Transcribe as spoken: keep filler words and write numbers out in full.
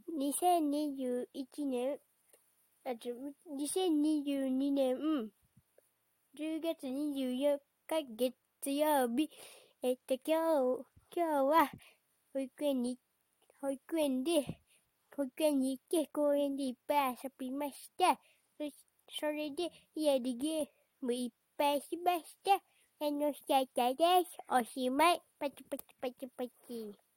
にせんにじゅういちねん、あ、ちょ、にせんにじゅうにねんじゅうがつにじゅうよっか月曜日、えっと、今日、今日は保育園に、保育園で、保育園に行って公園でいっぱい遊びました。そしそれで家でゲームいっぱいしました。楽しかったです。おしまい。パチパチパチパチ。